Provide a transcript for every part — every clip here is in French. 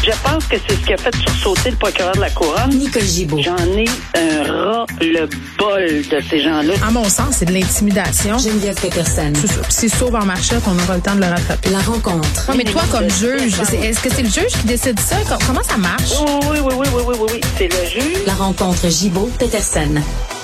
Je pense que c'est ce qui a fait sursauter le procureur de la Couronne. Nicole Gibault. J'en ai un ras-le-bol de ces gens-là. À mon sens, c'est de l'intimidation. Geneviève Peterson. C'est ça. Puis c'est sauve en marchette, on aura le temps de le rattraper. La rencontre. Non, mais toi, comme juge, est-ce que c'est le juge qui décide ça? Comment ça marche? Oui. C'est le juge. La rencontre Gibault-Peterson.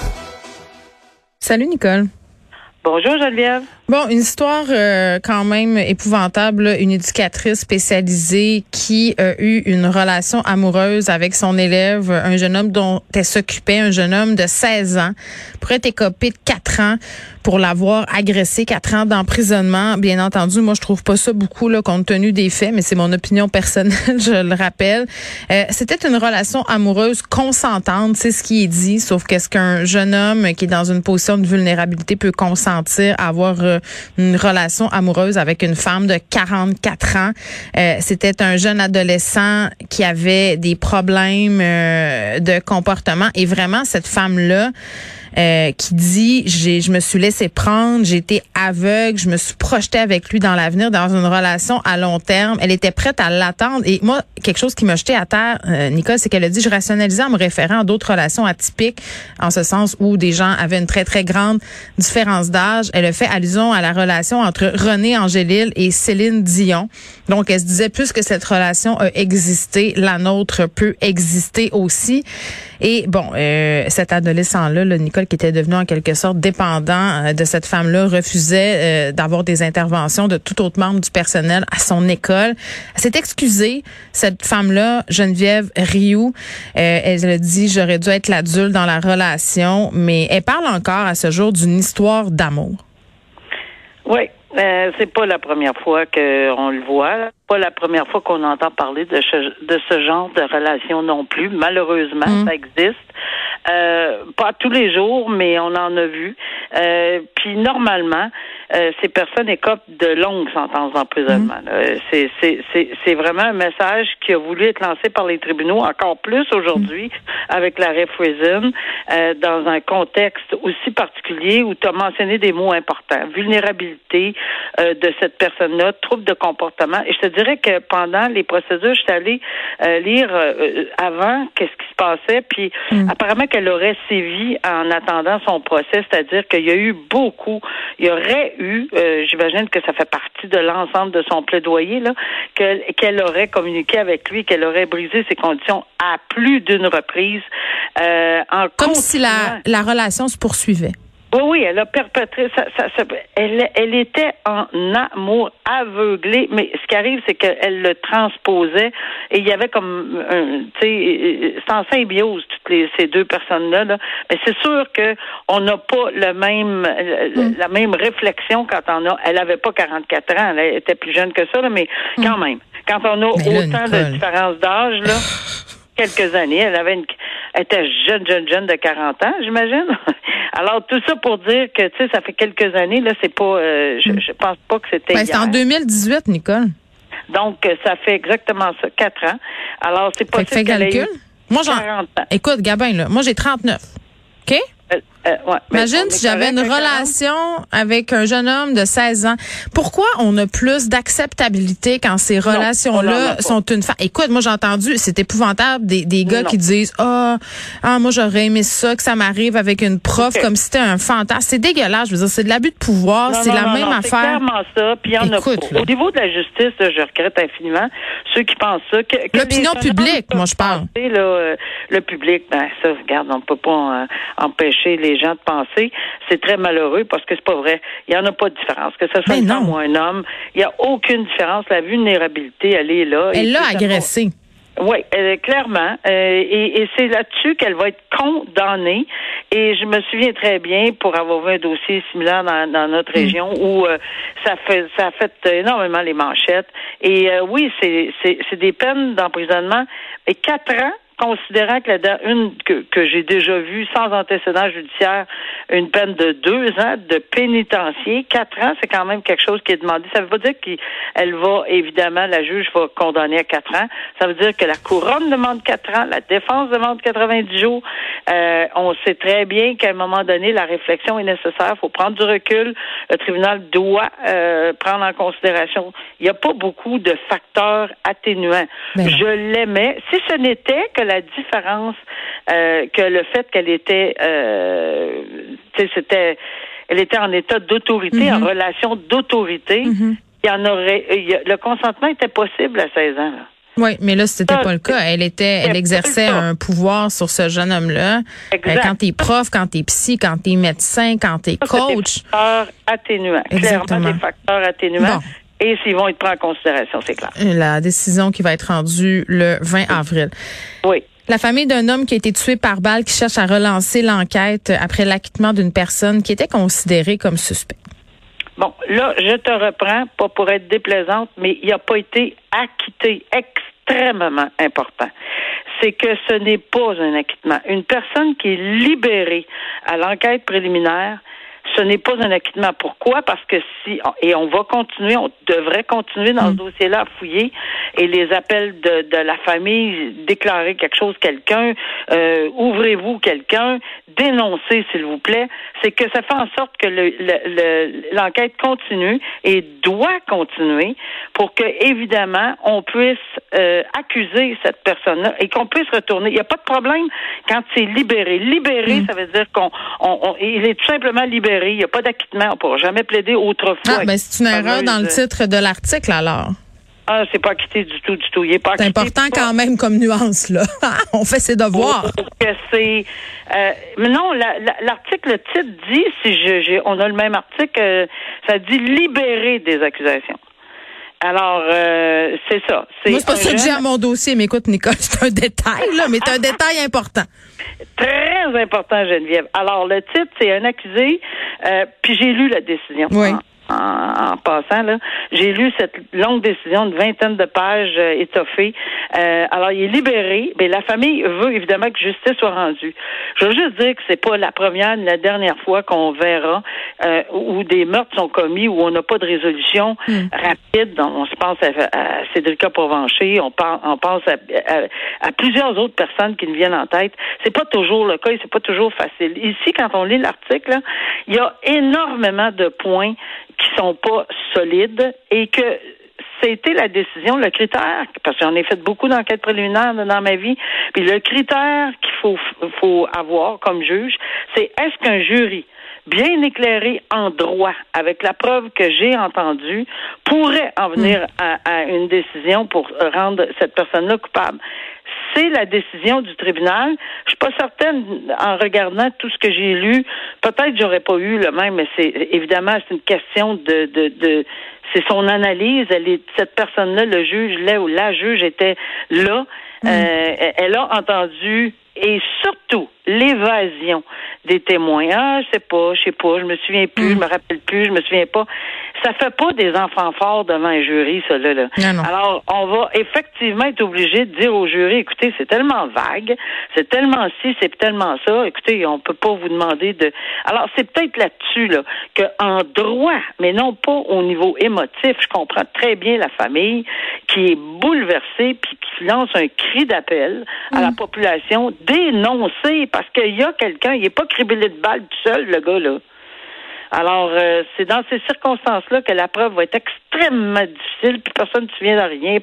Salut, Nicole. Bonjour, Geneviève. Bon, une histoire quand même épouvantable, là. Une éducatrice spécialisée qui a eu une relation amoureuse avec son élève, un jeune homme dont elle s'occupait, un jeune homme de 16 ans, pourrait être écopé de 4 ans pour l'avoir agressé, 4 ans d'emprisonnement. Bien entendu, moi, je trouve pas ça beaucoup, là, compte tenu des faits, mais c'est mon opinion personnelle, je le rappelle. C'était une relation amoureuse consentante, c'est ce qui est dit, sauf qu'est-ce qu'un jeune homme qui est dans une position de vulnérabilité peut consentir à avoir une relation amoureuse avec une femme de 44 ans. C'était un jeune adolescent qui avait des problèmes de comportement et vraiment cette femme-là qui dit je me suis laissé prendre, j'ai été aveugle, je me suis projetée avec lui dans l'avenir dans une relation à long terme. Elle était prête à l'attendre et moi quelque chose qui m'a jeté à terre, Nicole, c'est qu'elle a dit je rationalisais en me référant à d'autres relations atypiques en ce sens où des gens avaient une très très grande différence d'âge. Elle a fait allusion à la relation entre René Angélil et Céline Dion. Donc elle se disait plus que cette relation a existé, la nôtre peut exister aussi. Et bon, cet adolescent-là, Nicole, qui était devenu en quelque sorte dépendant de cette femme-là, refusait d'avoir des interventions de tout autre membre du personnel à son école. Elle s'est excusée, cette femme-là, Geneviève Rioux. Elle a dit, j'aurais dû être l'adulte dans la relation, mais elle parle encore à ce jour d'une histoire d'amour. Oui. C'est pas la première fois qu'on le voit, pas la première fois qu'on entend parler de ce genre de relation non plus. Malheureusement, ça existe. Pas tous les jours, mais on en a vu. Puis normalement, ces personnes écopent de longues sentences d'emprisonnement. C'est vraiment un message qui a voulu être lancé par les tribunaux, encore plus aujourd'hui avec l'arrêt Friesen, dans un contexte aussi particulier où tu as mentionné des mots importants. Vulnérabilité de cette personne-là, trouble de comportement. Et je te dirais que pendant les procédures, je suis allée lire avant qu'est-ce qui se passait, puis apparemment qu'elle aurait sévi en attendant son procès, c'est-à-dire qu'il y a eu il y aurait eu, j'imagine que ça fait partie de l'ensemble de son plaidoyer, là, qu'elle aurait communiqué avec lui, qu'elle aurait brisé ses conditions à plus d'une reprise. Comme si la relation se poursuivait. Oui, elle a perpétré elle était en amour aveuglé, mais ce qui arrive, c'est qu'elle le transposait et il y avait comme c'est en symbiose ces deux personnes-là, là. Mais c'est sûr que on n'a pas la même réflexion quand on a, elle avait pas 44 ans, elle était plus jeune que ça, là, mais quand même, quand on a autant de différence d'âge, là, quelques années, elle était jeune de 40 ans, j'imagine. Alors, tout ça pour dire que, tu sais, ça fait quelques années, là, c'est pas, je pense pas que c'était hier. C'est en 2018, Nicole. Donc, ça fait exactement ça, 4 ans. Alors, c'est pas fait calcul. Moi, 40 ans. Écoute, Gabin, là, moi, j'ai 39. OK? Imagine si j'avais une relation avec un jeune homme de 16 ans. Pourquoi on a plus d'acceptabilité quand ces relations-là sont une femme? Écoute, moi, j'ai entendu, c'est épouvantable, des gars qui disent, moi, j'aurais aimé ça, que ça m'arrive avec une prof comme si c'était un fantasme. C'est dégueulasse. Je veux dire, c'est de l'abus de pouvoir. C'est la même affaire. C'est clairement ça. Puis il y en a pas. Au niveau de la justice, là, je regrette infiniment ceux qui pensent ça. L'opinion publique, moi, je parle. Le public, ça, regarde, on peut pas empêcher les gens de penser. C'est très malheureux parce que c'est pas vrai. Il y en a pas de différence. Que ce soit une femme ou un homme, il y a aucune différence. La vulnérabilité, elle est là. Elle l'a agressée. Oui, clairement. Et c'est là-dessus qu'elle va être condamnée. Et je me souviens très bien, pour avoir vu un dossier similaire dans notre région, où ça a fait énormément les manchettes. Et oui, c'est des peines d'emprisonnement. Et 4 ans, considérant que j'ai déjà vue sans antécédent judiciaire, une peine de 2 ans de pénitencier. 4 ans, c'est quand même quelque chose qui est demandé. Ça veut pas dire qu'elle va, évidemment, la juge va condamner à 4 ans. Ça veut dire que la couronne demande 4 ans, la défense demande 90 jours. On sait très bien qu'à un moment donné, la réflexion est nécessaire. Il faut prendre du recul. Le tribunal doit prendre en considération. Il n'y a pas beaucoup de facteurs atténuants. Je l'aimais. Si ce n'était que la différence, que le fait qu'elle était, elle était en état d'autorité, en relation d'autorité, le consentement était possible à 16 ans. Là. Oui, mais là, c'était pas le cas. Elle exerçait un pouvoir sur ce jeune homme-là. Quand t'es prof, quand t'es psy, quand t'es médecin, quand t'es coach. C'est des facteurs atténuants. Exactement. Clairement des facteurs atténuants. Bon. Et s'ils vont être pris en considération, c'est clair. La décision qui va être rendue le 20 avril. Oui. La famille d'un homme qui a été tué par balle qui cherche à relancer l'enquête après l'acquittement d'une personne qui était considérée comme suspecte. Bon, là, je te reprends, pas pour être déplaisante, mais il n'a pas été acquitté. Extrêmement important. C'est que ce n'est pas un acquittement. Une personne qui est libérée à l'enquête préliminaire, ce n'est pas un acquittement. Pourquoi? Parce que on va continuer, on devrait continuer dans ce dossier-là à fouiller et les appels de la famille, déclarer quelque chose, quelqu'un, ouvrez-vous quelqu'un, dénoncez s'il vous plaît. C'est que ça fait en sorte que l'enquête continue et doit continuer pour que, évidemment, on puisse accuser cette personne-là et qu'on puisse retourner. Il n'y a pas de problème quand c'est libéré. Libéré, ça veut dire il est tout simplement libéré. Il n'y a pas d'acquittement. On ne pourra jamais plaider autrefois. C'est une erreur dans le titre de l'article, alors. Ah, c'est pas acquitté du tout. Il est pas acquitté. C'est important quand même comme nuance, là. On fait ses devoirs. Mais non, l'article, le titre dit, on a le même article, ça dit libérer des accusations. Alors, c'est ça. Moi, c'est pas ça que j'ai à mon dossier, mais écoute, Nicole, c'est un détail, là, mais c'est un détail important. Très important, Geneviève. Alors, le titre, c'est un accusé, puis j'ai lu la décision. Oui. En passant, là, j'ai lu cette longue décision de 20 de pages étoffées. Alors, il est libéré, mais la famille veut évidemment que justice soit rendue. Je veux juste dire que c'est pas la première ni la dernière fois qu'on verra où des meurtres sont commis, où on n'a pas de résolution rapide. On se pense à Cédrica Provencher, on pense à plusieurs autres personnes qui nous viennent en tête. C'est pas toujours le cas et c'est pas toujours facile. Ici, quand on lit l'article, là, il y a énormément de points qui sont pas solides et que c'était la décision, le critère, parce que j'en ai fait beaucoup d'enquêtes préliminaires dans ma vie, puis le critère qu'il faut avoir comme juge, c'est est-ce qu'un jury bien éclairé en droit, avec la preuve que j'ai entendue, pourrait en venir à une décision pour rendre cette personne-là coupable. C'est la décision du tribunal. Je suis pas certaine, en regardant tout ce que j'ai lu, peut-être j'aurais pas eu le même, mais c'est une question de c'est son analyse. Cette personne-là, le juge, là où la juge était là, elle a entendu et surtout l'évasion des témoins. Ah, je sais pas, je me souviens plus, je me rappelle plus, je me souviens pas. Ça fait pas des enfants forts devant un jury, ça là. Non. Alors, on va effectivement être obligé de dire au jury, écoutez, c'est tellement vague, c'est tellement ci, c'est tellement ça. Écoutez, on peut pas vous demander de. Alors, c'est peut-être là-dessus là que en droit, mais non pas au niveau émotif. Je comprends très bien la famille qui est bouleversée puis qui lance un cri d'appel à la population, dénoncer parce qu'il y a quelqu'un, il est pas criblé de balles tout seul, le gars là. Alors, c'est dans ces circonstances-là que la preuve va être extrêmement difficile, puis personne ne se souvient de rien.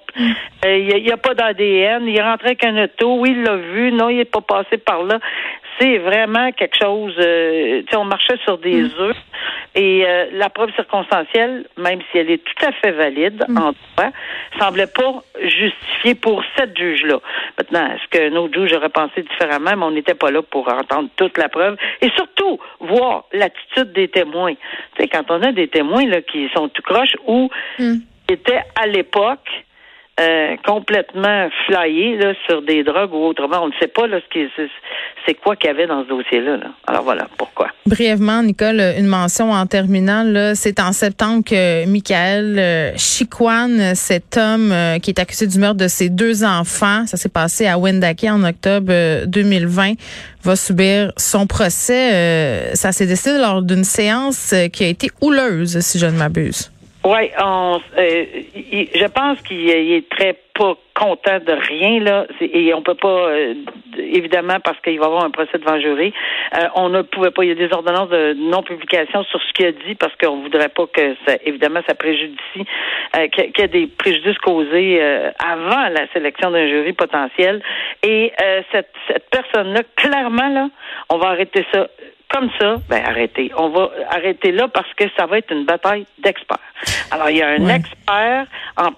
Il n'y a pas d'ADN, il est rentré avec un auto, oui, il l'a vu, non, il n'est pas passé par là. C'est vraiment quelque chose, on marchait sur des œufs, et la preuve circonstancielle, même si elle est tout à fait valide en droit, semblait pas justifiée pour cette juge-là. Maintenant, est-ce qu'un autre juge aurait pensé différemment, mais on n'était pas là pour entendre toute la preuve, et surtout, voir l'attitude des témoins. Tu sais, quand on a des témoins là qui sont tout croches ou étaient à l'époque complètement flyé là, sur des drogues ou autrement. On ne sait pas là, c'est quoi qu'il y avait dans ce dossier-là. Là. Alors voilà, pourquoi. Brièvement, Nicole, une mention en terminant. Là, c'est en septembre que Michael Chiquan, cet homme qui est accusé du meurtre de ses 2 enfants, ça s'est passé à Wendake en octobre 2020, va subir son procès. Ça s'est décidé lors d'une séance qui a été houleuse, si je ne m'abuse. Oui, je pense qu'il est très pas content de rien là, et on peut pas évidemment parce qu'il va y avoir un procès devant jury. On ne pouvait pas. Il y a des ordonnances de non-publication sur ce qu'il a dit parce qu'on voudrait pas que ça, évidemment, ça préjudicie, qu'il y ait des préjudices causés avant la sélection d'un jury potentiel. Et cette personne-là, clairement là, on va arrêter ça. Comme ça, arrêtez. On va arrêter là parce que ça va être une bataille d'experts. Alors, il y a un expert en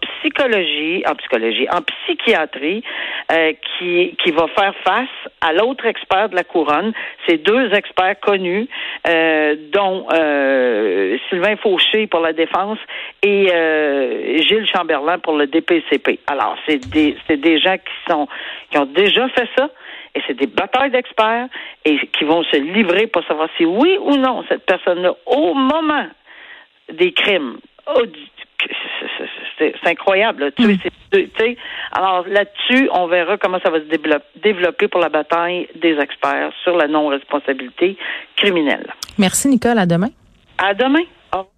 psychiatrie, qui va faire face à l'autre expert de la couronne. C'est 2 experts connus, dont Sylvain Fauché pour la défense et Gilles Chamberlain pour le DPCP. Alors, c'est des gens qui ont déjà fait ça. Et c'est des batailles d'experts et qui vont se livrer pour savoir si oui ou non cette personne-là, au moment des crimes, c'est incroyable. Là. Alors là-dessus, on verra comment ça va se développer pour la bataille des experts sur la non-responsabilité criminelle. Merci Nicole, à demain. À demain.